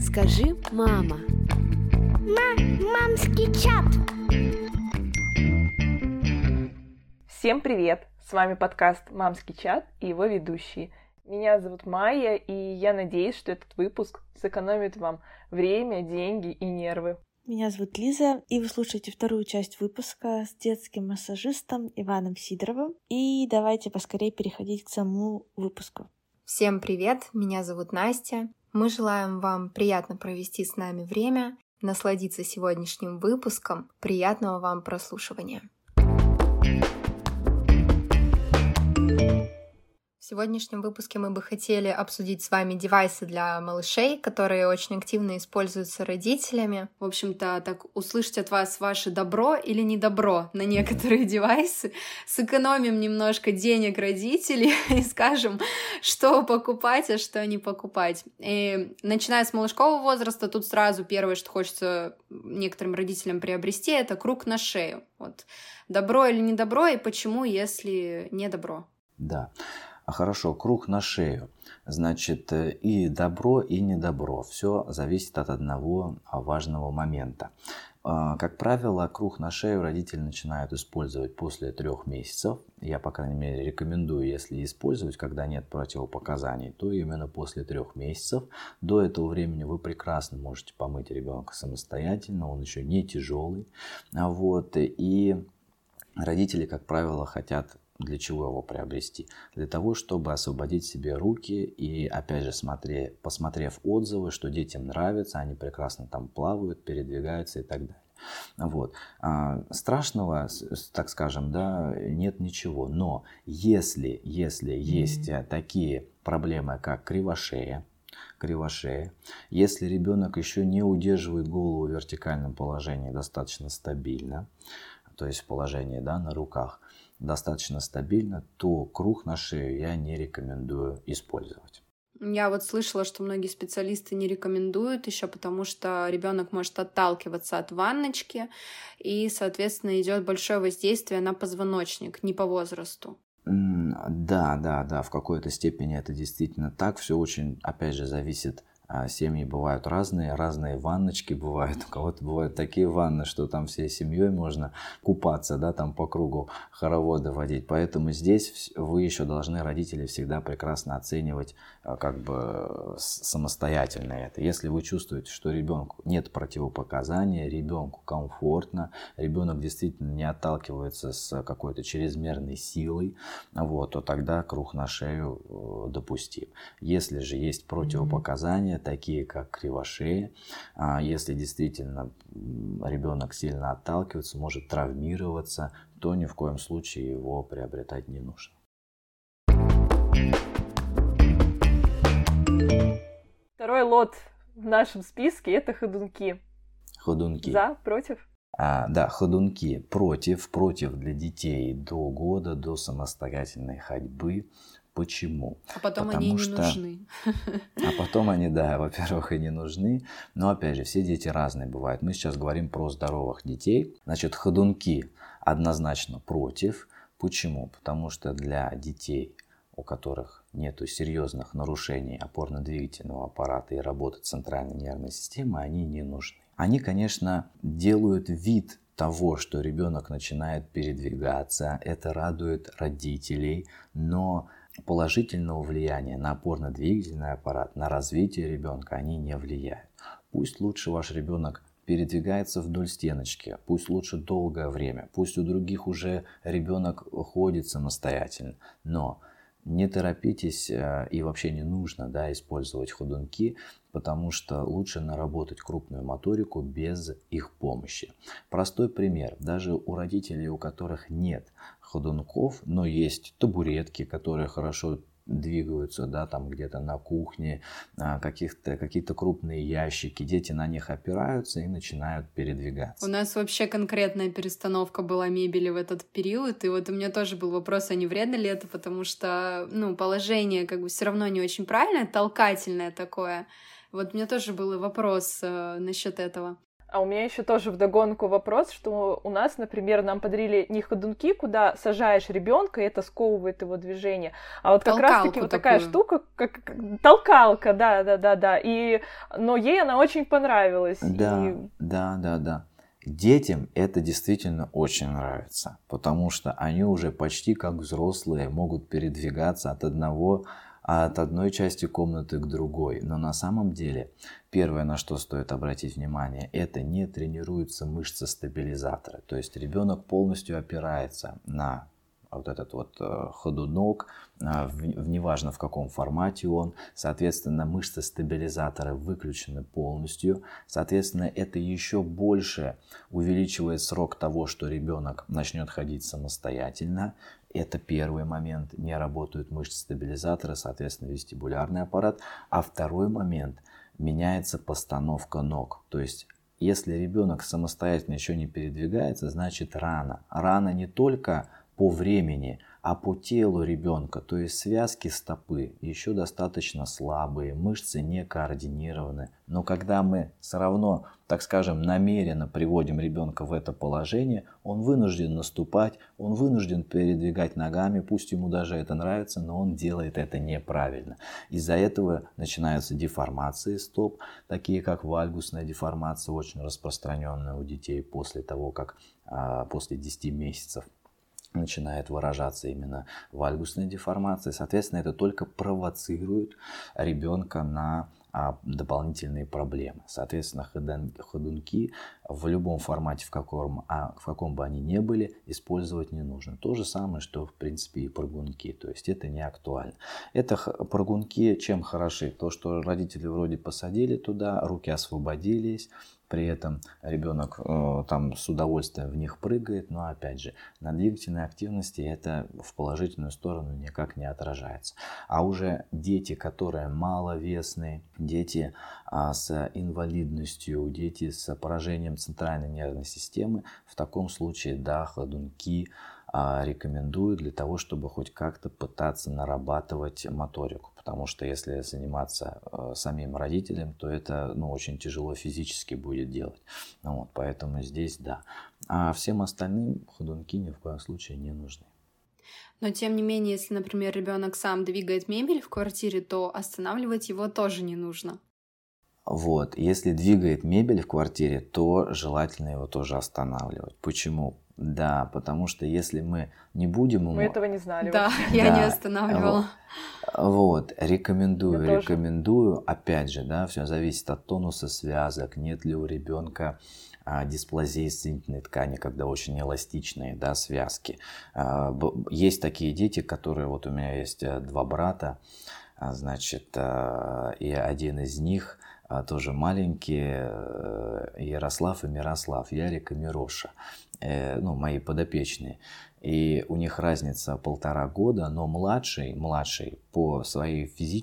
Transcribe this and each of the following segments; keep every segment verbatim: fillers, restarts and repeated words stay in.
Скажи, мама. Мамский чат. Всем привет! С вами подкаст «Мамский чат» и его ведущие. Меня зовут Майя, и я надеюсь, что этот выпуск сэкономит вам время, деньги и нервы. Меня зовут Лиза, и вы слушаете вторую часть выпуска с детским массажистом Иваном Сидоровым. И давайте поскорее переходить к самому выпуску. Всем привет! Меня зовут Настя. Мы желаем вам приятно провести с нами время, насладиться сегодняшним выпуском. Приятного вам прослушивания! В сегодняшнем выпуске мы бы хотели обсудить с вами девайсы для малышей, которые очень активно используются родителями. В общем-то, так услышать от вас ваше добро или недобро на некоторые девайсы. Сэкономим немножко денег родителей и скажем, что покупать, а что не покупать. И начиная с малышкового возраста, тут сразу первое, что хочется некоторым родителям приобрести, это круг на шею. Вот. Добро или недобро, и почему, если не добро? Да. Хорошо, круг на шею. Значит, и добро, и недобро. Все зависит от одного важного момента. Как правило, круг на шею родители начинают использовать после трех месяцев. Я, по крайней мере, рекомендую, если использовать, когда нет противопоказаний, то именно после трех месяцев. До этого времени вы прекрасно можете помыть ребенка самостоятельно, он еще не тяжелый. Вот. И родители, как правило, хотят для чего его приобрести? Для того, чтобы освободить себе руки и, опять же, смотри, посмотрев отзывы, что детям нравится, они прекрасно там плавают, передвигаются и так далее. Вот. Страшного, так скажем, да, нет ничего. Но если, если mm-hmm. есть такие проблемы, как кривошея, кривошея, если ребенок еще не удерживает голову в вертикальном положении достаточно стабильно, то есть в положении, да, на руках, достаточно стабильно, то круг на шею я не рекомендую использовать. Я вот слышала, что многие специалисты не рекомендуют еще, потому что ребенок может отталкиваться от ванночки, и, соответственно, идет большое воздействие на позвоночник, не по возрасту. Да, да, да, в какой-то степени это действительно так. Все очень, опять же, зависит. Семьи бывают разные, разные ванночки бывают. У кого-то бывают такие ванны, что там всей семьей можно купаться, да, там по кругу хороводы водить. Поэтому здесь вы еще должны, родители, всегда прекрасно оценивать как бы самостоятельно это. Если вы чувствуете, что ребенку нет противопоказания, ребенку комфортно, ребенок действительно не отталкивается с какой-то чрезмерной силой, вот, то тогда круг на шею допустим. Если же есть противопоказания, такие как кривошея, если действительно ребенок сильно отталкивается, может травмироваться, то ни в коем случае его приобретать не нужно. Второй лот в нашем списке – это ходунки. Ходунки. За, против? А, да, ходунки против, против для детей до года, до самостоятельной ходьбы. Почему? А потом Потому они что... не нужны. А потом они, да, во-первых, и не нужны. Но, опять же, все дети разные бывают. Мы сейчас говорим про здоровых детей. Значит, ходунки однозначно против. Почему? Потому что для детей, у которых нет серьезных нарушений опорно-двигательного аппарата и работы центральной нервной системы, они не нужны. Они, конечно, делают вид того, что ребенок начинает передвигаться. Это радует родителей, но положительного влияния на опорно-двигательный аппарат, на развитие ребенка они не влияют. Пусть лучше ваш ребенок передвигается вдоль стеночки, пусть лучше долгое время, пусть у других уже ребенок ходит самостоятельно, но не торопитесь и вообще не нужно, да, использовать ходунки, потому что лучше наработать крупную моторику без их помощи. Простой пример. Даже у родителей, у которых нет ходунков, но есть табуретки, которые хорошо двигаются, да, там где-то на кухне, каких-то, какие-то крупные ящики, дети на них опираются и начинают передвигаться. У нас вообще конкретная перестановка была мебели в этот период, и вот у меня тоже был вопрос, а не вредно ли это, потому что, ну, положение как бы все равно не очень правильное, толкательное такое. Вот у меня тоже был вопрос э, насчет этого. А у меня еще тоже вдогонку вопрос, что у нас, например, нам подарили не ходунки, куда сажаешь ребенка, и это сковывает его движение, а вот как раз-таки вот такая штука, как, как толкалка, да, да, да, да. И, но ей она очень понравилась. Да, и... да, да, да. Детям это действительно очень нравится, потому что они уже почти как взрослые могут передвигаться от одного от одной части комнаты к другой. Но на самом деле, первое, на что стоит обратить внимание, это не тренируются мышцы стабилизатора. То есть ребенок полностью опирается на вот этот вот ходунок, неважно в каком формате он. Соответственно, мышцы стабилизатора выключены полностью. Соответственно, это еще больше увеличивает срок того, что ребенок начнет ходить самостоятельно. Это первый момент. Не работают мышцы стабилизатора, соответственно, вестибулярный аппарат. А второй момент. Меняется постановка ног. То есть, если ребенок самостоятельно еще не передвигается, значит рано. Рано не только по времени, а по телу ребенка. То есть связки стопы еще достаточно слабые, мышцы не координированы. Но когда мы все равно, так скажем, намеренно приводим ребенка в это положение, он вынужден наступать, он вынужден передвигать ногами, пусть ему даже это нравится, но он делает это неправильно. Из-за этого начинаются деформации стоп, такие как вальгусная деформация, очень распространенная у детей после того, как после десяти месяцев начинает выражаться именно вальгусная деформация. Соответственно, это только провоцирует ребенка на а, дополнительные проблемы. Соответственно, ходунки в любом формате, в каком, а, в каком бы они ни были, использовать не нужно. То же самое, что в принципе и прыгунки. То есть это не актуально. Это прыгунки чем хороши? То, что родители вроде посадили туда, руки освободились. При этом ребенок э, там с удовольствием в них прыгает, но опять же на двигательной активности это в положительную сторону никак не отражается. А уже дети, которые маловесные, дети а, с инвалидностью, дети с поражением центральной нервной системы, в таком случае да, ходунки а, рекомендую для того, чтобы хоть как-то пытаться нарабатывать моторику. Потому что если заниматься э, самим родителем, то это ну, очень тяжело физически будет делать. Ну, вот, поэтому здесь да. А всем остальным ходунки ни в коем случае не нужны. Но тем не менее, если, например, ребенок сам двигает мебель в квартире, то останавливать его тоже не нужно. Вот, если двигает мебель в квартире, то желательно его тоже останавливать. Почему? Да, потому что если мы не будем ему... Мы этого не знали. Да, вообще. я да, не останавливала. Вот, вот рекомендую, Я рекомендую. Тоже. Опять же, да, все зависит от тонуса связок, нет ли у ребенка а, дисплазии соединительной ткани, когда очень эластичные, да, связки. А, есть такие дети, которые, вот у меня есть два брата, а, значит, а, и один из них тоже маленькие, Ярослав и Мирослав, Ярик и Мироша, ну, мои подопечные. И у них разница полтора года, но младший, младший по своим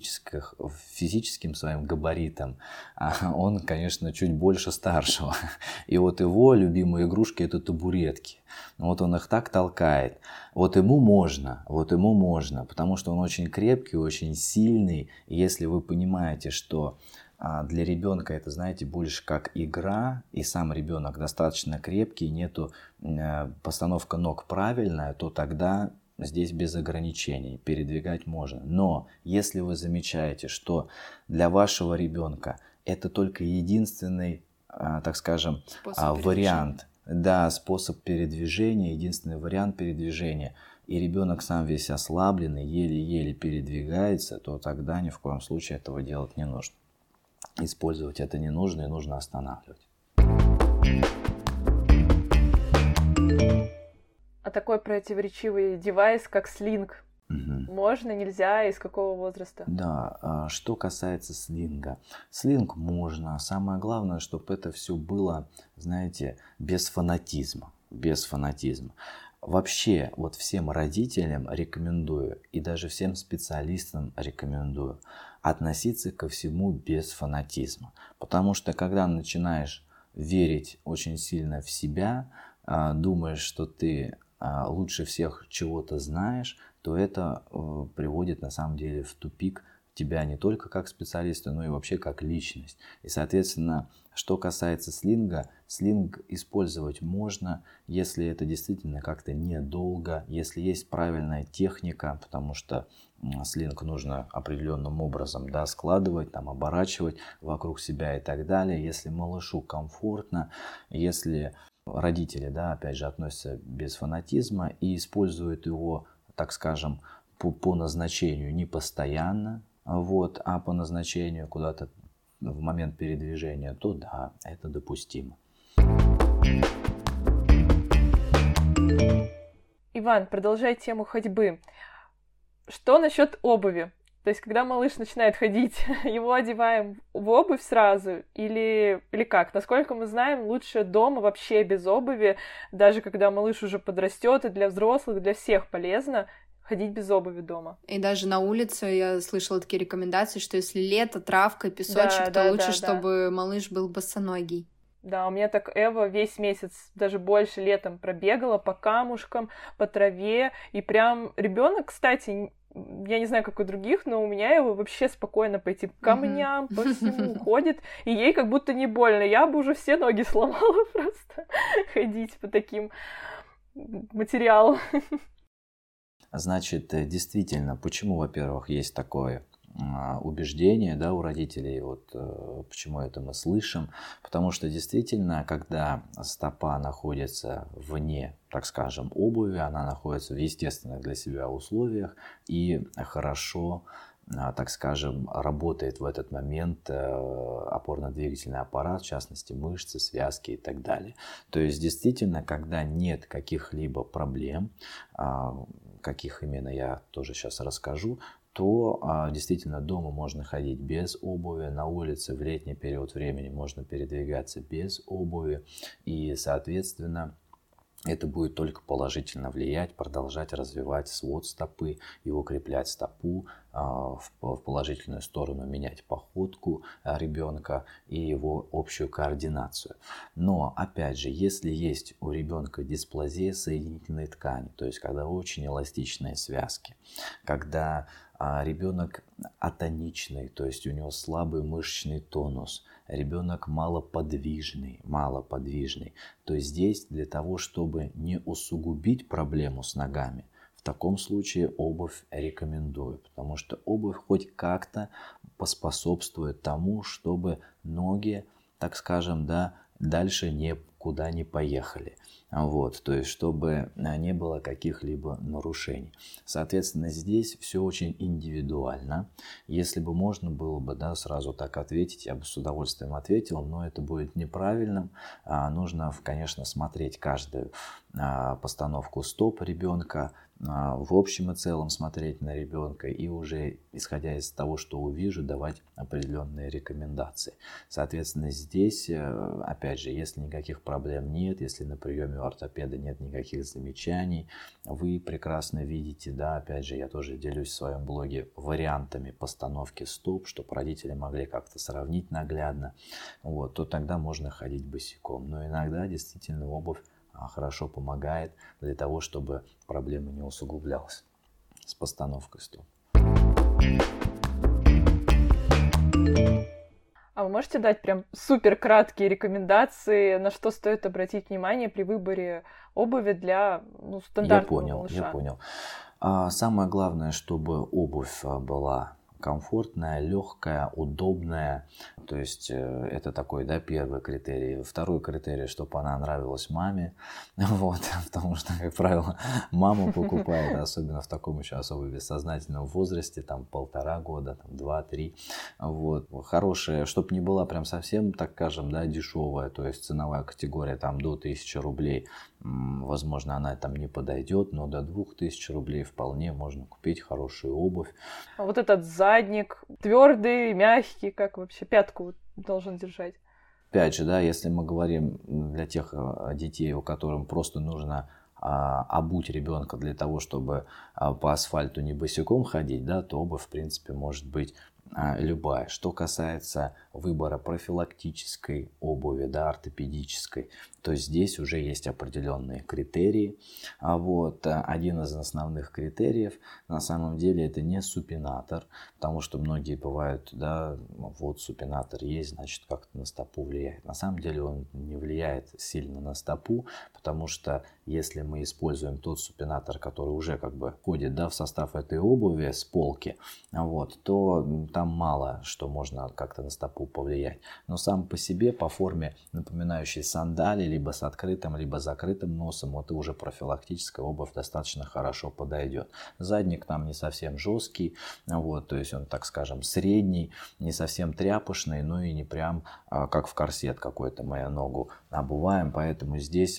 физическим своим габаритам, он, конечно, чуть больше старшего. И вот его любимые игрушки это табуретки. Вот он их так толкает. Вот ему можно, вот ему можно, потому что он очень крепкий, очень сильный. И если вы понимаете, что для ребенка это, знаете, больше как игра, и сам ребенок достаточно крепкий, нету постановка ног правильная, то тогда здесь без ограничений передвигать можно. Но если вы замечаете, что для вашего ребенка это только единственный, так скажем, способ вариант, да, способ передвижения, единственный вариант передвижения, и ребенок сам весь ослабленный, еле-еле передвигается, то тогда ни в коем случае этого делать не нужно. Использовать это не нужно и нужно останавливать. А такой противоречивый девайс, как слинг, угу. Можно, нельзя, из какого возраста? Да, что касается слинга. Слинг можно. Самое главное, чтобы это все было, знаете, без фанатизма. Без фанатизма. Вообще, вот всем родителям рекомендую, и даже всем специалистам рекомендую относиться ко всему без фанатизма. Потому что когда начинаешь верить очень сильно в себя, думаешь, что ты лучше всех чего-то знаешь, то это приводит на самом деле в тупик тебя не только как специалиста, но и вообще как личность. И, соответственно, что касается слинга, слинг использовать можно, если это действительно как-то недолго, если есть правильная техника, потому что слинг нужно определенным образом, да, складывать, там, оборачивать вокруг себя и так далее. Если малышу комфортно, если родители, да, опять же, относятся без фанатизма и используют его, так скажем, по, по назначению не постоянно, вот, а по назначению куда-то в момент передвижения, то да, это допустимо. Иван, продолжая тему ходьбы. Что насчет обуви? То есть, когда малыш начинает ходить, его одеваем в обувь сразу или, или как? Насколько мы знаем, лучше дома вообще без обуви, даже когда малыш уже подрастет, и для взрослых, для всех полезно ходить без обуви дома. И даже на улице я слышала такие рекомендации, что если лето, травка, песочек, да, то да, лучше, да, чтобы да. малыш был босоногий. Да, у меня так Эва весь месяц, даже больше летом пробегала по камушкам, по траве, и прям ребенок, кстати, я не знаю, как у других, но у меня его вообще спокойно пойти по камням, mm-hmm. по всему ходит, и ей как будто не больно. Я бы уже все ноги сломала просто ходить по таким материалам. Значит, действительно, почему, во-первых, есть такое убеждение, да, у родителей, вот почему это мы слышим, потому что действительно, когда стопа находится вне, так скажем, обуви, она находится в естественных для себя условиях и хорошо, так скажем, работает в этот момент опорно-двигательный аппарат, в частности мышцы, связки и так далее. То есть действительно, когда нет каких-либо проблем, каких именно я тоже сейчас расскажу, то а, действительно дома можно ходить без обуви, на улице в летний период времени можно передвигаться без обуви, и, соответственно, это будет только положительно влиять, продолжать развивать свод стопы и укреплять стопу а, в, в положительную сторону, менять походку а, ребенка и его общую координацию. Но, опять же, если есть у ребенка дисплазия соединительной ткани, то есть когда очень эластичные связки, когда а ребенок атоничный, то есть у него слабый мышечный тонус, ребенок малоподвижный, малоподвижный, то здесь для того, чтобы не усугубить проблему с ногами, в таком случае обувь рекомендую, потому что обувь хоть как-то поспособствует тому, чтобы ноги, так скажем, да, дальше никуда не поехали. Вот, то есть, чтобы не было каких-либо нарушений. Соответственно, здесь все очень индивидуально. Если бы можно было бы, да, сразу так ответить, я бы с удовольствием ответил, но это будет неправильным. А, нужно, конечно, смотреть каждую а, постановку стоп ребенка, а, в общем и целом смотреть на ребенка и уже, исходя из того, что увижу, давать определенные рекомендации. Соответственно, здесь, опять же, если никаких проблем нет, если на приеме у ортопеда нет никаких замечаний, вы прекрасно видите, да, опять же, я тоже делюсь в своем блоге вариантами постановки стоп, чтобы родители могли как-то сравнить наглядно, вот, то тогда можно ходить босиком. Но иногда действительно обувь хорошо помогает для того, чтобы проблема не усугублялась с постановкой стоп. А вы можете дать прям супер краткие рекомендации, на что стоит обратить внимание при выборе обуви для, ну, стандартного я понял, малыша? Я понял. А, самое главное, чтобы обувь была комфортная, легкая, удобная. То есть это такой, да, первый критерий. Второй критерий, чтобы она нравилась маме. Вот, потому что, как правило, мама покупает, особенно в таком еще особо бессознательном возрасте, там полтора года, там два-три. Вот. Хорошая, чтобы не была прям совсем, так скажем, да, дешевая, то есть ценовая категория там до тысячи рублей. Возможно, она там не подойдет, но до двух тысяч рублей вполне можно купить хорошую обувь. А вот этот задник твердый, мягкий, как вообще пятку должен держать? Опять же, да, если мы говорим для тех детей, у которых просто нужно а, обуть ребенка для того, чтобы а, по асфальту не босиком ходить, да, то обувь, в принципе, может быть а, любая. Что касается выбора профилактической обуви, да, ортопедической, то здесь уже есть определенные критерии. А вот один из основных критериев на самом деле это не супинатор, потому что многие бывают, да, вот супинатор есть, значит как-то на стопу влияет. На самом деле он не влияет сильно на стопу, потому что если мы используем тот супинатор, который уже как бы входит, да, в состав этой обуви с полки, вот, то там мало что можно как-то на стопу повлиять. Но сам по себе, по форме напоминающий сандали, либо с открытым, либо закрытым носом, вот и уже профилактическая обувь достаточно хорошо подойдет. Задник там не совсем жесткий, вот, то есть он, так скажем, средний, не совсем тряпочный, но и не прям а, как в корсет какой-то мы ногу обуваем, поэтому здесь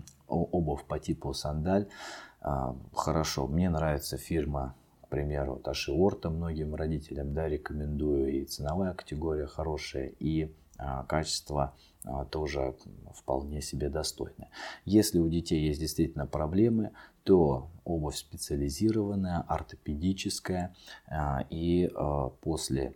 обувь по типу сандаль а, хорошо. Мне нравится фирма, к примеру, Таши Орто, многим родителям, да, рекомендую, и ценовая категория хорошая, и а, качество а, тоже вполне себе достойное. Если у детей есть действительно проблемы, то обувь специализированная, ортопедическая, а, и а, после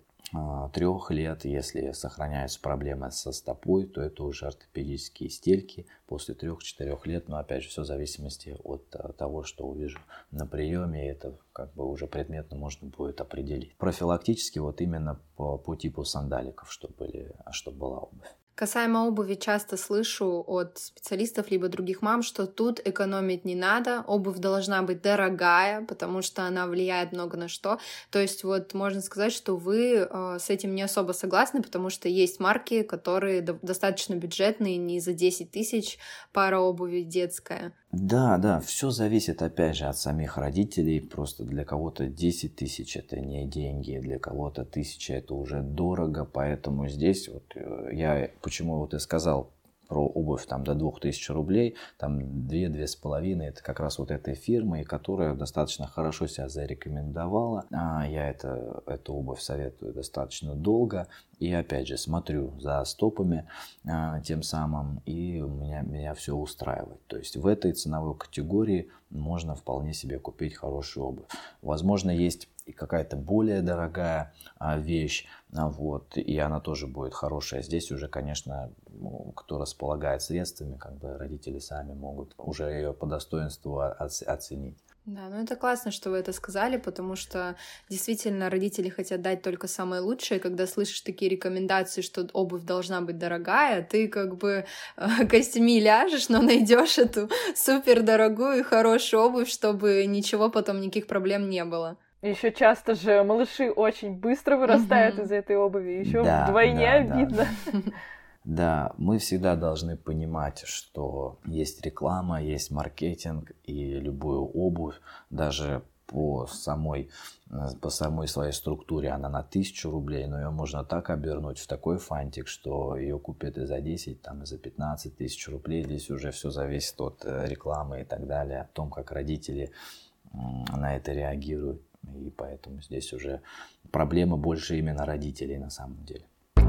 трех лет, если сохраняются проблемы со стопой, то это уже ортопедические стельки после трех-четырех лет, но опять же все в зависимости от того, что увижу на приеме, это как бы уже предметно можно будет определить. Профилактически вот именно по, по типу сандаликов, чтобы, были, чтобы была обувь. Касаемо обуви, часто слышу от специалистов либо других мам, что тут экономить не надо, обувь должна быть дорогая, потому что она влияет много на что. То есть вот можно сказать, что вы э, с этим не особо согласны, потому что есть марки, которые до- достаточно бюджетные, не за десять тысяч пара обуви детская. Да, да, все зависит опять же от самих родителей. Просто для кого-то десять тысяч это не деньги, для кого-то тысяча это уже дорого. Поэтому здесь вот я почему вот и сказал про обувь там до двух тысяч рублей, там две-две с половиной, это как раз вот этой фирмы, которая достаточно хорошо себя зарекомендовала. А я это, эту обувь советую достаточно долго. И опять же смотрю за стопами а, тем самым, и у меня, меня все устраивает. То есть в этой ценовой категории можно вполне себе купить хорошую обувь. Возможно, есть и какая-то более дорогая а, вещь, а, вот, и она тоже будет хорошая. Здесь уже, конечно, ну, кто располагает средствами, как бы родители сами могут уже ее по достоинству оценить. Да, ну это классно, что вы это сказали, потому что действительно родители хотят дать только самое лучшее. Когда слышишь такие рекомендации, что обувь должна быть дорогая, ты как бы э, костями ляжешь, но найдешь эту супер дорогую и хорошую обувь, чтобы ничего потом, никаких проблем не было. Еще часто же малыши очень быстро вырастают mm-hmm. из этой обуви, еще да, вдвойне да, обидно. Да. Да, мы всегда должны понимать, что есть реклама, есть маркетинг, и любую обувь, даже по самой, по самой своей структуре, она на тысячу рублей, но ее можно так обернуть в такой фантик, что ее купят и за десять, там, и за пятнадцать тысяч рублей. Здесь уже все зависит от рекламы и так далее, о том, как родители на это реагируют. И поэтому здесь уже проблема больше именно родителей на самом деле.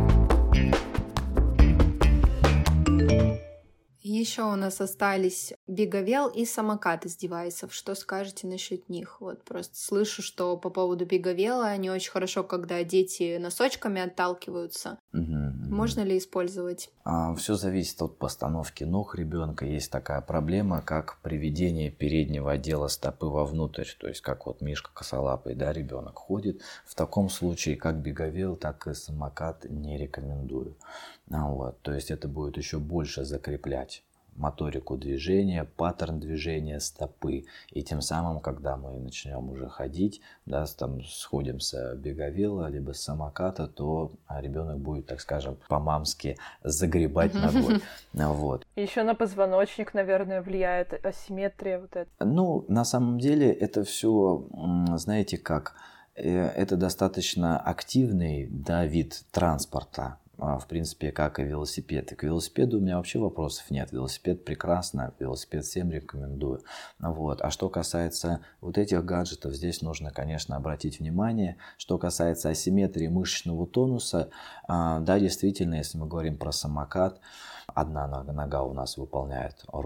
Еще у нас остались Биговел и самокат из девайсов. Что скажете насчет них? Вот просто слышу, что по поводу Биговела не очень хорошо, когда дети носочками отталкиваются. Угу, угу. Можно ли использовать? А, все зависит от постановки ног ребенка. Есть такая проблема, как приведение переднего отдела стопы вовнутрь. То есть как вот мишка косолапый, да, ребенок ходит. В таком случае как Биговел, так и самокат не рекомендую. А, вот, то есть это будет еще больше закреплять моторику движения, паттерн движения стопы. И тем самым, когда мы начнем уже ходить, да, там сходим с Биговела, либо с самоката, то ребенок будет, так скажем, по-мамски загребать ногой. Вот. Еще на позвоночник, наверное, влияет асимметрия вот эта. Ну, на самом деле это все, знаете как, это достаточно активный, да, вид транспорта. В принципе, как и велосипед. И к велосипеду у меня вообще вопросов нет. Велосипед прекрасно, велосипед всем рекомендую. Вот. А что касается вот этих гаджетов, здесь нужно, конечно, обратить внимание. Что касается асимметрии мышечного тонуса, да, действительно, если мы говорим про самокат, одна нога у нас выполняет роль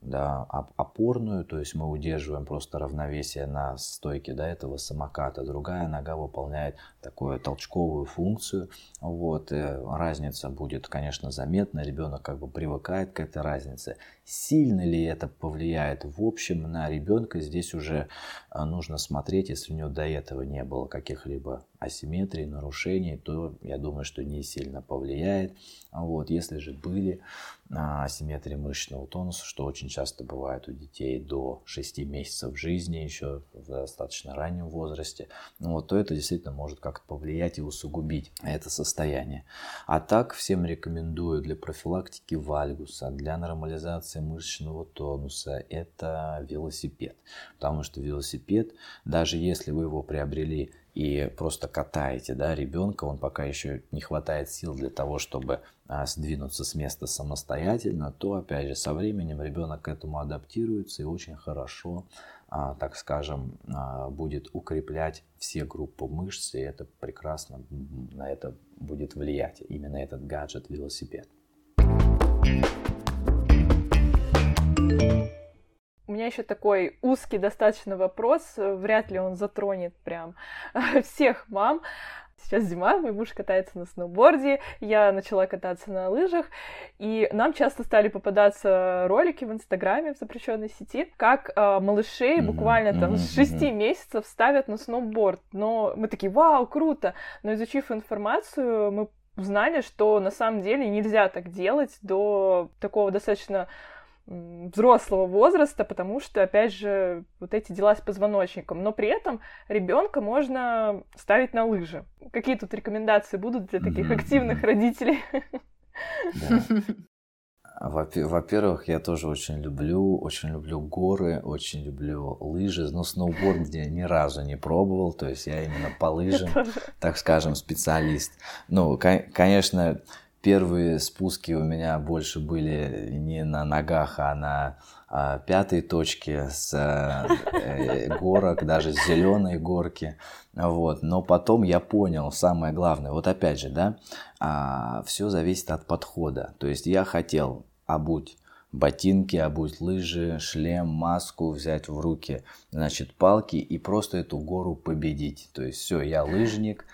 да, опорную, то есть мы удерживаем просто равновесие на стойке, да, этого самоката. Другая нога выполняет такую толчковую функцию. Вот. Разница будет, конечно, заметна. Ребенок как бы привыкает к этой разнице. Сильно ли это повлияет в общем на ребенка? Здесь уже нужно смотреть, если у него до этого не было каких-либо асимметрий, нарушений, то я думаю, что не сильно повлияет. Вот. Если же были асимметрии мышечного тонуса, что очень часто бывает у детей до шести месяцев жизни, еще в достаточно раннем возрасте, вот, то это действительно может как-то повлиять и усугубить это состояние. А так всем рекомендую для профилактики вальгуса, для нормализации мышечного тонуса это велосипед. Потому что велосипед, даже если вы его приобрели и просто катаете, да, ребенка, он пока еще не хватает сил для того, чтобы а, сдвинуться с места самостоятельно, то, опять же, со временем ребенок к этому адаптируется и очень хорошо, а, так скажем, а, будет укреплять все группы мышц, и это прекрасно на это будет влиять, именно этот гаджет велосипед. У меня еще такой узкий достаточно вопрос, вряд ли он затронет прям всех мам. Сейчас зима, мой муж катается на сноуборде, я начала кататься на лыжах, и нам часто стали попадаться ролики в Инстаграме, в запрещенной сети, как э, малышей mm-hmm. буквально там с шести месяцев ставят на сноуборд. Но мы такие, вау, круто! Но изучив информацию, мы узнали, что на самом деле нельзя так делать до такого достаточно взрослого возраста, потому что, опять же, вот эти дела с позвоночником. Но при этом ребенка можно ставить на лыжи. Какие тут рекомендации будут для таких mm-hmm. активных родителей? Во-первых, я тоже очень люблю, очень люблю горы, очень люблю лыжи, но сноуборд я ни разу не пробовал, то есть я именно по лыжам, так скажем, специалист. Ну, конечно, первые спуски у меня больше были не на ногах, а на а, пятой точке с э, горок, даже с зеленой горки. Вот. Но потом я понял самое главное. Вот опять же, да, а, все зависит от подхода. То есть я хотел обуть ботинки, обуть лыжи, шлем, маску, взять в руки, значит, палки и просто эту гору победить. То есть все, я лыжник,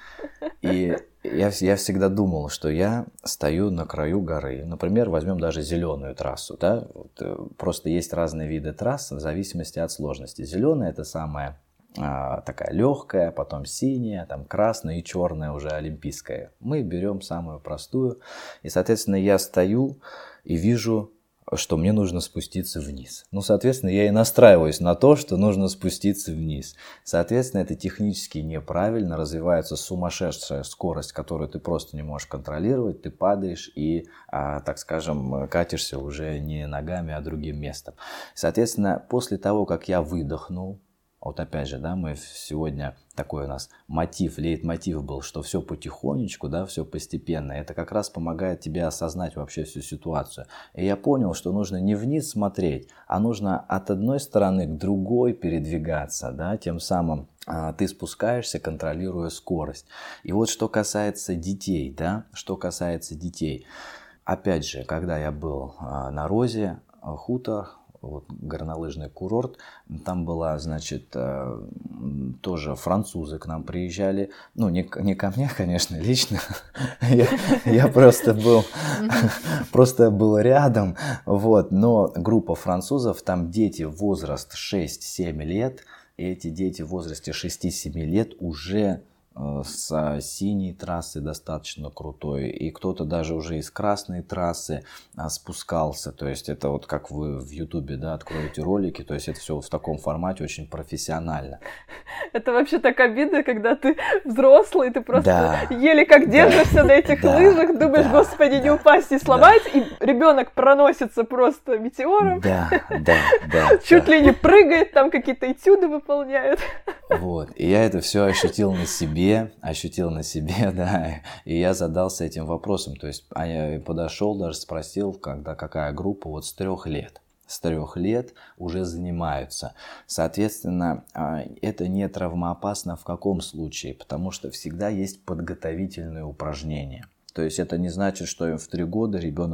и я, я всегда думал, что я стою на краю горы. Например, возьмем даже зеленую трассу, да? Вот, просто есть разные виды трасс в зависимости от сложности. Зеленая — это самая а, такая легкая, потом синяя, там красная и черная уже олимпийская. Мы берем самую простую, и, соответственно, я стою и вижу, что мне нужно спуститься вниз. Ну, соответственно, я и настраиваюсь на то, что нужно спуститься вниз. Соответственно, это технически неправильно, развивается сумасшедшая скорость, которую ты просто не можешь контролировать, ты падаешь и, а, так скажем, катишься уже не ногами, а другим местом. Соответственно, после того, как я выдохнул, вот опять же, да, мы сегодня такой у нас мотив, лейтмотив был, что все потихонечку, да, все постепенно. Это как раз помогает тебе осознать вообще всю ситуацию. И я понял, что нужно не вниз смотреть, а нужно от одной стороны к другой передвигаться, да, тем самым а, ты спускаешься, контролируя скорость. И вот что касается детей, да, что касается детей. Опять же, когда я был а, на Розе, хутор, вот, горнолыжный курорт, там была, значит, э, тоже французы к нам приезжали, ну, не, не ко мне, конечно, лично, я, я просто был, просто был рядом, вот, но группа французов, там дети возраст шесть-семь лет, и эти дети в возрасте шести-семи лет уже с синей трассы достаточно крутой, и кто-то даже уже из красной трассы а, спускался, то есть это вот как вы в Ютубе, да, откроете ролики, то есть это все в таком формате очень профессионально. Это вообще так обидно, когда ты взрослый, ты просто да, еле как держишься да, на этих да, лыжах, думаешь, да, господи, да, не упасть и сломать, да. И ребенок проносится просто метеором, да, да, да, чуть да. ли не прыгает, там какие-то этюды выполняет. Вот, и я это все ощутил на себе, ощутил на себе, да, и я задался этим вопросом, то есть я подошел, даже спросил, когда какая группа, вот с трех лет. С трех лет уже занимаются. Соответственно, это не травмоопасно в каком случае, потому что всегда есть подготовительные упражнения. То есть это не значит, что в три года ребенок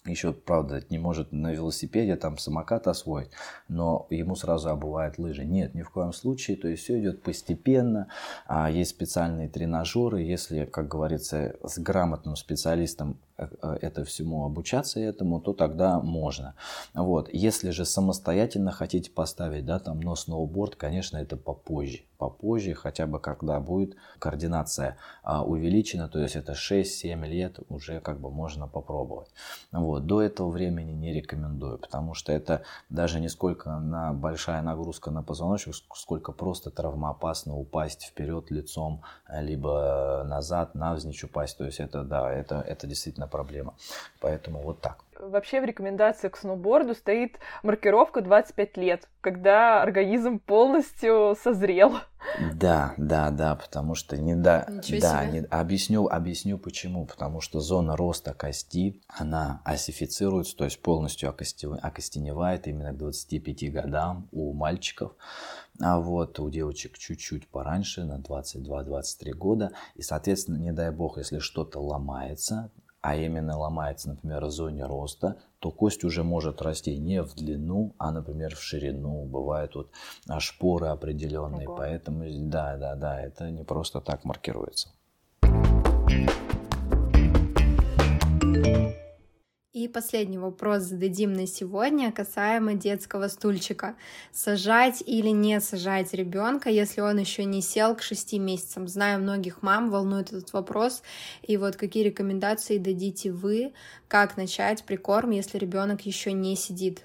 еще, правда, не может на велосипеде там самокат освоить, но ему сразу обувают лыжи. Нет, ни в коем случае, то есть все идет постепенно, есть специальные тренажеры, если, как говорится, с грамотным специалистом это всему обучаться этому, то тогда можно. Вот. Если же самостоятельно хотите поставить, да, там, но сноуборд, конечно, это попозже. Попозже, хотя бы когда будет координация а, увеличена, то есть это шесть-семь лет уже как бы можно попробовать. Вот. До этого времени не рекомендую, потому что это даже не сколько на большая нагрузка на позвоночник, сколько просто травмоопасно упасть вперед лицом, либо назад, навзничь упасть. То есть это, да, это, это действительно проблема. Поэтому вот так. Вообще в рекомендациях к сноуборду стоит маркировка двадцать пять лет, когда организм полностью созрел. Да, да, да, потому что не да, да, не, объясню, объясню почему, потому что зона роста кости, она осифицируется, то есть полностью окостеневает именно к двадцати пяти годам у мальчиков, а вот у девочек чуть-чуть пораньше, на двадцать два - двадцать три года, и, соответственно, не дай бог, если что-то ломается, а именно ломается, например, в зоне роста, то кость уже может расти не в длину, а, например, в ширину. Бывают вот шпоры определенные, Ого. Поэтому да, да, да, это не просто так маркируется. И последний вопрос зададим на сегодня касаемо детского стульчика. Сажать или не сажать ребенка, если он еще не сел к шести месяцам? Знаю, многих мам волнует этот вопрос. И вот какие рекомендации дадите вы, как начать прикорм, если ребенок еще не сидит?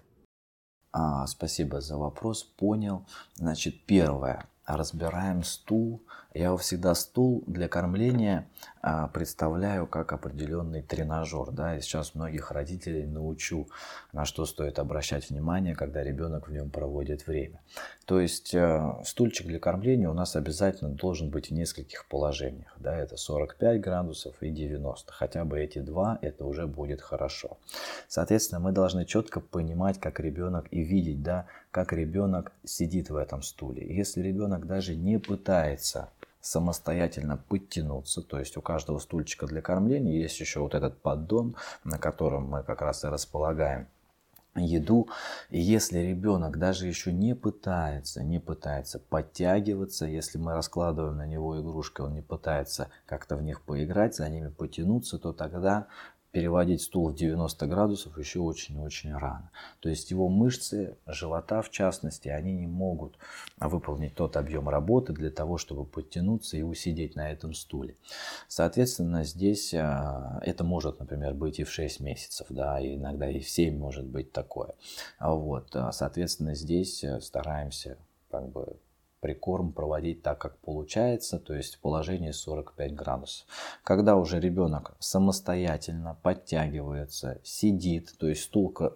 А, спасибо за вопрос, понял. Значит, первое. Разбираем стул. Я всегда стул для кормления а, представляю как определенный тренажер. Да? И сейчас многих родителей научу, на что стоит обращать внимание, когда ребенок в нем проводит время. То есть а, стульчик для кормления у нас обязательно должен быть в нескольких положениях. Да? Это сорок пять градусов и девяносто. Хотя бы эти два, это уже будет хорошо. Соответственно, мы должны четко понимать, как ребенок и видеть, да, как ребенок сидит в этом стуле. Если ребенок даже не пытается самостоятельно подтянуться, то есть у каждого стульчика для кормления есть еще вот этот поддон, на котором мы как раз и располагаем еду. И если ребенок даже еще не пытается, не пытается подтягиваться, если мы раскладываем на него игрушки, он не пытается как-то в них поиграть, за ними потянуться, то тогда переводить стул в девяносто градусов еще очень-очень рано. То есть его мышцы, живота в частности, они не могут выполнить тот объем работы для того, чтобы подтянуться и усидеть на этом стуле. Соответственно, здесь это может, например, быть и в шесть месяцев, да, и иногда и в семь может быть такое. Вот. Соответственно, здесь стараемся как бы прикорм проводить так, как получается, то есть в положении сорок пять градусов. Когда уже ребенок самостоятельно подтягивается, сидит, то есть стулка,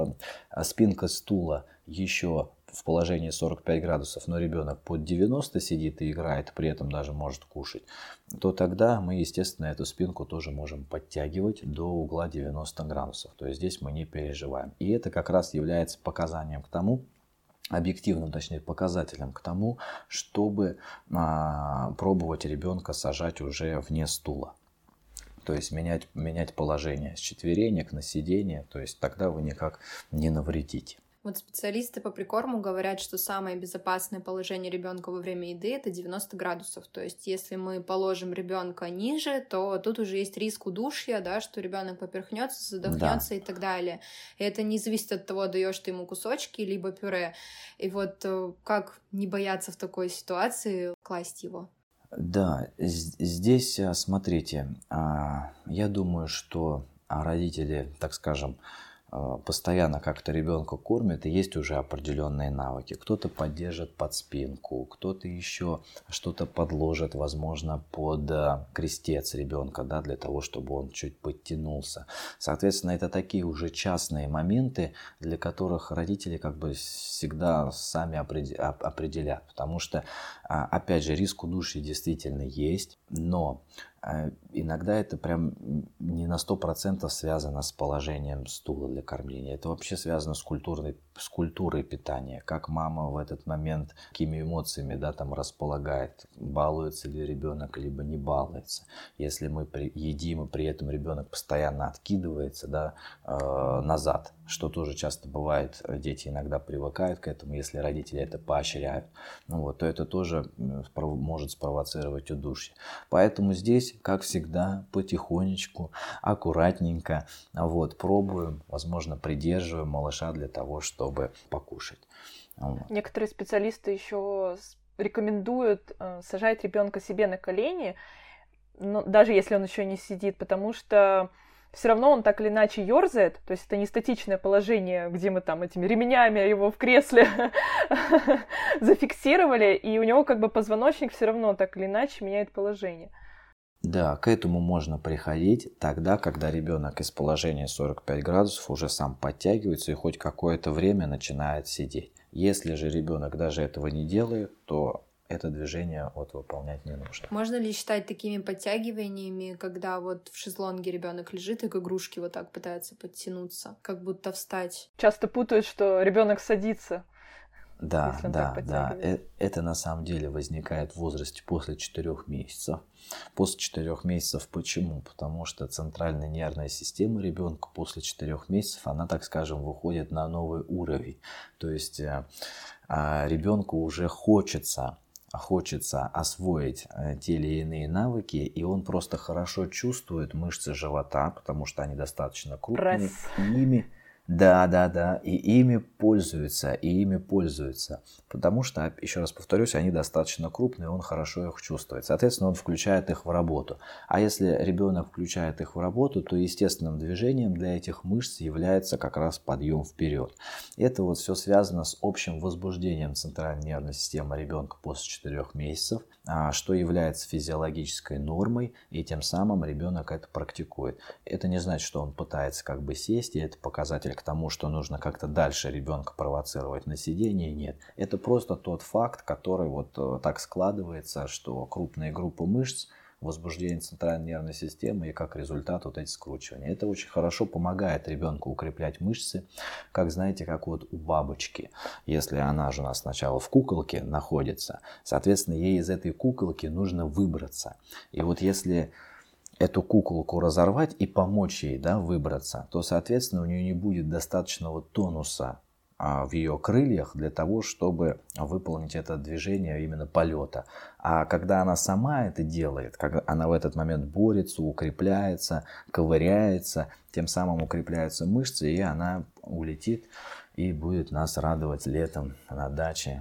спинка стула еще в положении сорок пять градусов, но ребенок под девяносто сидит и играет, при этом даже может кушать, то тогда мы, естественно, эту спинку тоже можем подтягивать до угла девяносто градусов. То есть здесь мы не переживаем. И это как раз является показанием к тому, объективным, точнее, показателем к тому, чтобы а, пробовать ребенка сажать уже вне стула. То есть менять, менять положение с четверенек на сиденье, то есть тогда вы никак не навредите. Вот специалисты по прикорму говорят, что самое безопасное положение ребенка во время еды — это девяносто градусов. То есть, если мы положим ребенка ниже, то тут уже есть риск удушья, да, что ребенок поперхнется, задохнется, да, и так далее. И это не зависит от того, даешь ты ему кусочки либо пюре. И вот как не бояться в такой ситуации класть его? Да, здесь, смотрите, я думаю, что родители, так скажем, постоянно как-то ребенка кормят, и есть уже определенные навыки. Кто-то поддержит под спинку, кто-то еще что-то подложит, возможно, под крестец ребенка, да, для того, чтобы он чуть подтянулся. Соответственно, это такие уже частные моменты, для которых родители как бы всегда сами определят, потому что, опять же, риск удушья действительно есть, но Иногда это прям не на сто процентов связано с положением стула для кормления. Это вообще связано с культурной, с культурой питания. Как мама в этот момент, какими эмоциями, да, там располагает. Балуется ли ребенок, либо не балуется. Если мы при, едим, и при этом ребенок постоянно откидывается, да, э, назад, что тоже часто бывает, дети иногда привыкают к этому, если родители это поощряют, ну вот, то это тоже может спровоцировать удушье. Поэтому здесь, как всегда, потихонечку, аккуратненько, вот, пробуем, возможно, придерживаем малыша для того, чтобы покушать. Вот. Некоторые специалисты еще рекомендуют э, сажать ребенка себе на колени, но, даже если он еще не сидит, потому что все равно он так или иначе ерзает, то есть это не статичное положение, где мы там этими ремнями его в кресле зафиксировали, и у него как бы позвоночник все равно так или иначе меняет положение. Да, к этому можно приходить тогда, когда ребенок из положения сорок пять градусов уже сам подтягивается и хоть какое-то время начинает сидеть. Если же ребенок даже этого не делает, то это движение вот выполнять не нужно. Можно ли считать такими подтягиваниями, когда вот в шезлонге ребенок лежит и к игрушке вот так пытается подтянуться, как будто встать? Часто путают, что ребенок садится. Да, да, да. Это на самом деле возникает в возрасте после четырёх месяцев. После четырёх месяцев почему? Потому что центральная нервная система ребенка после четырёх месяцев, она, так скажем, выходит на новый уровень. То есть ребенку уже хочется хочется освоить те или иные навыки, и он просто хорошо чувствует мышцы живота, потому что они достаточно крупные. Пресс. И ими, да, да, да, и ими пользуются, и ими пользуются, потому что, еще раз повторюсь, они достаточно крупные, он хорошо их чувствует. Соответственно, он включает их в работу. А если ребенок включает их в работу, то естественным движением для этих мышц является как раз подъем вперед. Это вот все связано с общим возбуждением центральной нервной системы ребенка после четырёх месяцев, что является физиологической нормой, и тем самым ребенок это практикует. Это не значит, что он пытается как бы сесть, и это показатель к тому, что нужно как-то дальше ребенка провоцировать на сидение. Нет, это просто тот факт, который вот так складывается, что крупные группы мышц, возбуждение центральной нервной системы и как результат вот эти скручивания. Это очень хорошо помогает ребенку укреплять мышцы, как знаете, как вот у бабочки. Если она же у нас сначала в куколке находится, соответственно, ей из этой куколки нужно выбраться. И вот если эту куколку разорвать и помочь ей, да, выбраться, то, соответственно, у нее не будет достаточного тонуса в ее крыльях для того, чтобы выполнить это движение именно полета. А когда она сама это делает, когда она в этот момент борется, укрепляется, ковыряется, тем самым укрепляются мышцы, и она улетит и будет нас радовать летом на даче.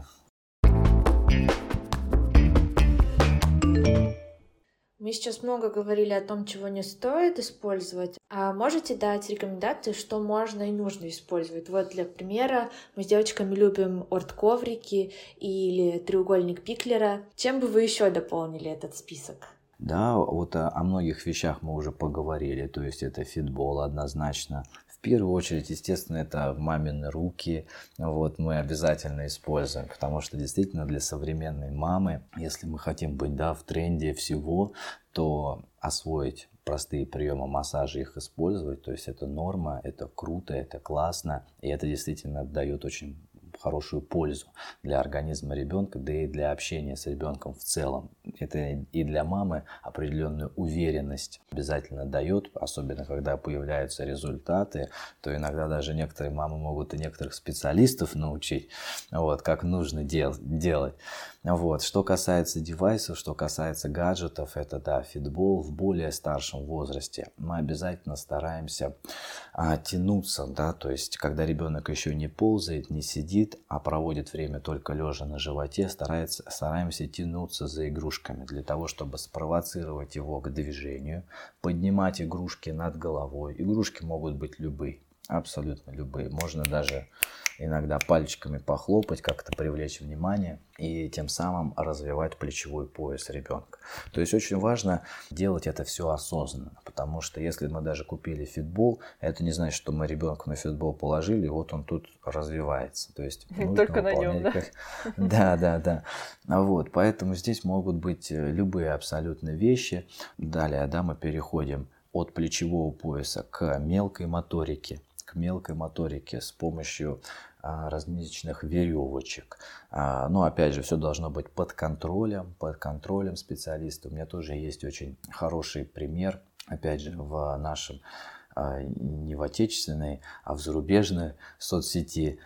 Мы сейчас много говорили о том, чего не стоит использовать. А можете дать рекомендации, что можно и нужно использовать? Вот для примера, мы с девочками любим орт-коврики или треугольник Пиклера. Чем бы вы еще дополнили этот список? Да, вот о, о многих вещах мы уже поговорили. То есть это фитбол однозначно. В первую очередь, естественно, это мамины руки. Вот, мы обязательно используем, потому что действительно для современной мамы, если мы хотим быть, да, в тренде всего, то освоить простые приемы массажа, их использовать, то есть это норма, это круто, это классно, и это действительно дает очень хорошую пользу для организма ребенка, да и для общения с ребенком в целом. Это и для мамы определенную уверенность обязательно дает, особенно когда появляются результаты, то иногда даже некоторые мамы могут и некоторых специалистов научить, вот, как нужно дел- делать. Вот. Что касается девайсов, что касается гаджетов, это, да, фитбол в более старшем возрасте. Мы обязательно стараемся а, тянуться, да, то есть когда ребенок еще не ползает, не сидит, а проводит время только лежа на животе, старается, стараемся тянуться за игрушками для того, чтобы спровоцировать его к движению, поднимать игрушки над головой. Игрушки могут быть любые, абсолютно любые. Можно даже иногда пальчиками похлопать, как-то привлечь внимание и тем самым развивать плечевой пояс ребенка. То есть очень важно делать это все осознанно, потому что если мы даже купили фитбол, это не значит, что мы ребенка на фитбол положили, и вот он тут развивается. То есть только на нем, да? Да, да, да. Вот, поэтому здесь могут быть любые абсолютно вещи. Далее, да, мы переходим от плечевого пояса к мелкой моторике, к мелкой моторике с помощью а, различных веревочек. А, но опять же, все должно быть под контролем, под контролем специалиста. У меня тоже есть очень хороший пример, опять же, в нашем не в отечественной, а в зарубежной соцсети,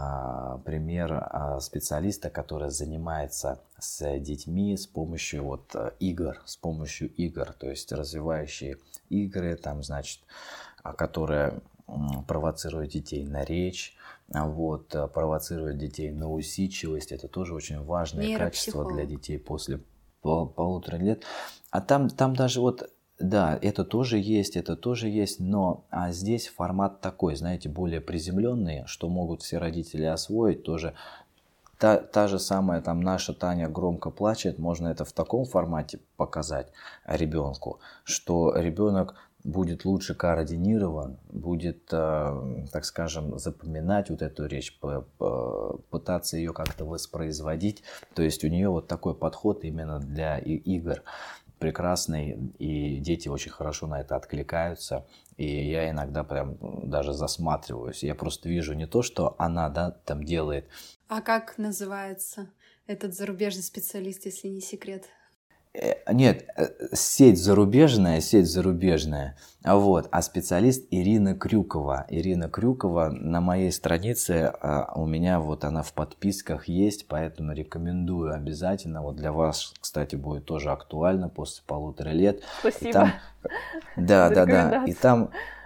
пример специалиста, который занимается с детьми с помощью вот игр, с помощью игр, то есть развивающие игры, там, значит, которые провоцируют детей на речь, вот, провоцируют детей на усидчивость. Это тоже очень важное качество для детей после пол- полутора лет. А там, там даже вот да, это тоже есть, это тоже есть, но а здесь формат такой, знаете, более приземленный, что могут все родители освоить тоже. Та, та же самая там наша Таня громко плачет, можно это в таком формате показать ребенку, что ребенок будет лучше координирован, будет, э, так скажем, запоминать вот эту речь, пытаться ее как-то воспроизводить. То есть у нее вот такой подход именно для игр прекрасный, и дети очень хорошо на это откликаются, и я иногда прям даже засматриваюсь. Я просто вижу не то, что она, да, там делает. А как называется этот зарубежный специалист, если не секрет? Нет, сеть зарубежная, сеть зарубежная, вот, а специалист Ирина Крюкова. Ирина Крюкова на моей странице, у меня вот она в подписках есть, поэтому рекомендую обязательно. Вот для вас, кстати, будет тоже актуально после полутора лет. Спасибо. И там, да, да, да, и там,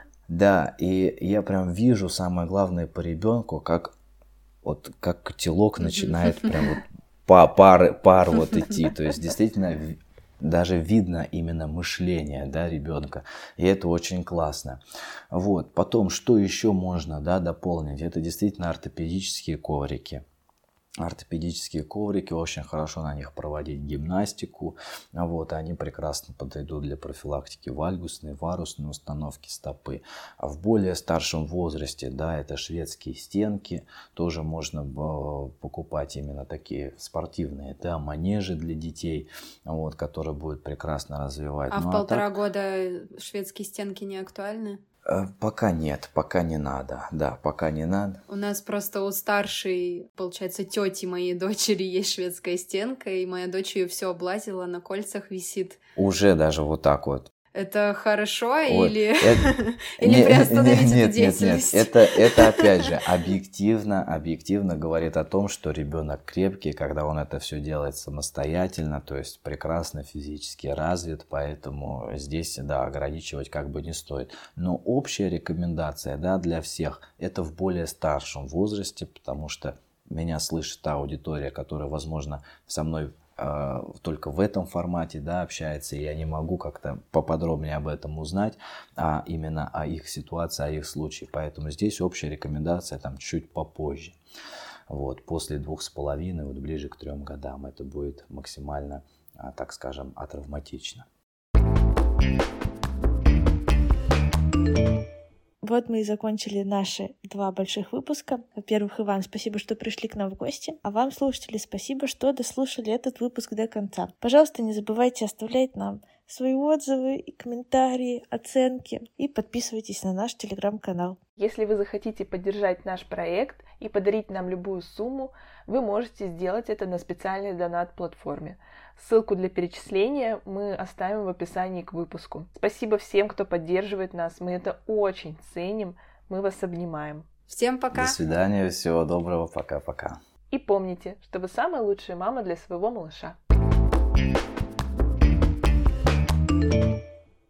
да, и я прям вижу самое главное по ребенку, как вот как котелок начинает прям вот пар, пар вот идти, то есть действительно даже видно именно мышление, да, ребенка, и это очень классно. Вот, потом, что еще можно, да, дополнить, это действительно ортопедические коврики. Ортопедические коврики, очень хорошо на них проводить гимнастику, вот, они прекрасно подойдут для профилактики вальгусной, варусной установки стопы. А в более старшем возрасте, да, это шведские стенки, тоже можно покупать именно такие спортивные, да, манежи для детей, вот, которые будут прекрасно развивать. А ну, в полтора а так... года шведские стенки не актуальны? Пока нет, пока не надо, да, пока не надо. У нас просто у старшей, получается, тети моей дочери есть шведская стенка, и моя дочь ее все облазила, на кольцах висит. Уже даже вот так вот. Это хорошо Ой, или, это... или приостановить нет, эту нет, деятельность? Нет, нет. Это, это опять же объективно, объективно говорит о том, что ребенок крепкий, когда он это все делает самостоятельно, то есть прекрасно физически развит, поэтому здесь, да, ограничивать как бы не стоит. Но общая рекомендация, да, для всех, это в более старшем возрасте, потому что меня слышит та аудитория, которая, возможно, со мной только в этом формате, да, общается, и я не могу как-то поподробнее об этом узнать, а именно о их ситуации, о их случае. Поэтому здесь общая рекомендация там чуть попозже. Вот, после двух с половиной, вот ближе к трем годам это будет максимально, так скажем, атравматично. Вот мы и закончили наши два больших выпуска. Во-первых, Иван, спасибо, что пришли к нам в гости. А вам, слушатели, спасибо, что дослушали этот выпуск до конца. Пожалуйста, не забывайте оставлять нам свои отзывы, и комментарии, оценки. И подписывайтесь на наш телеграм-канал. Если вы захотите поддержать наш проект и подарить нам любую сумму, вы можете сделать это на специальной донат-платформе. Ссылку для перечисления мы оставим в описании к выпуску. Спасибо всем, кто поддерживает нас. Мы это очень ценим. Мы вас обнимаем. Всем пока. До свидания, всего доброго, пока-пока. И помните, что вы самая лучшая мама для своего малыша.